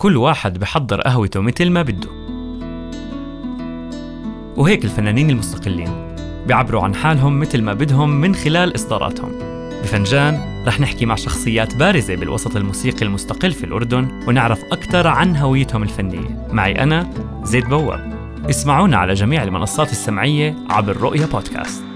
كل واحد بحضر قهوته مثل ما بده. وهيك الفنانين المستقلين بيعبروا عن حالهم مثل ما بدهم من خلال إصداراتهم. بفنجان رح نحكي مع شخصيات بارزة بالوسط الموسيقي المستقل في الأردن ونعرف أكثر عن هويتهم الفنية. معي أنا زيد بواب. اسمعونا على جميع المنصات السمعية عبر رؤيا بودكاست.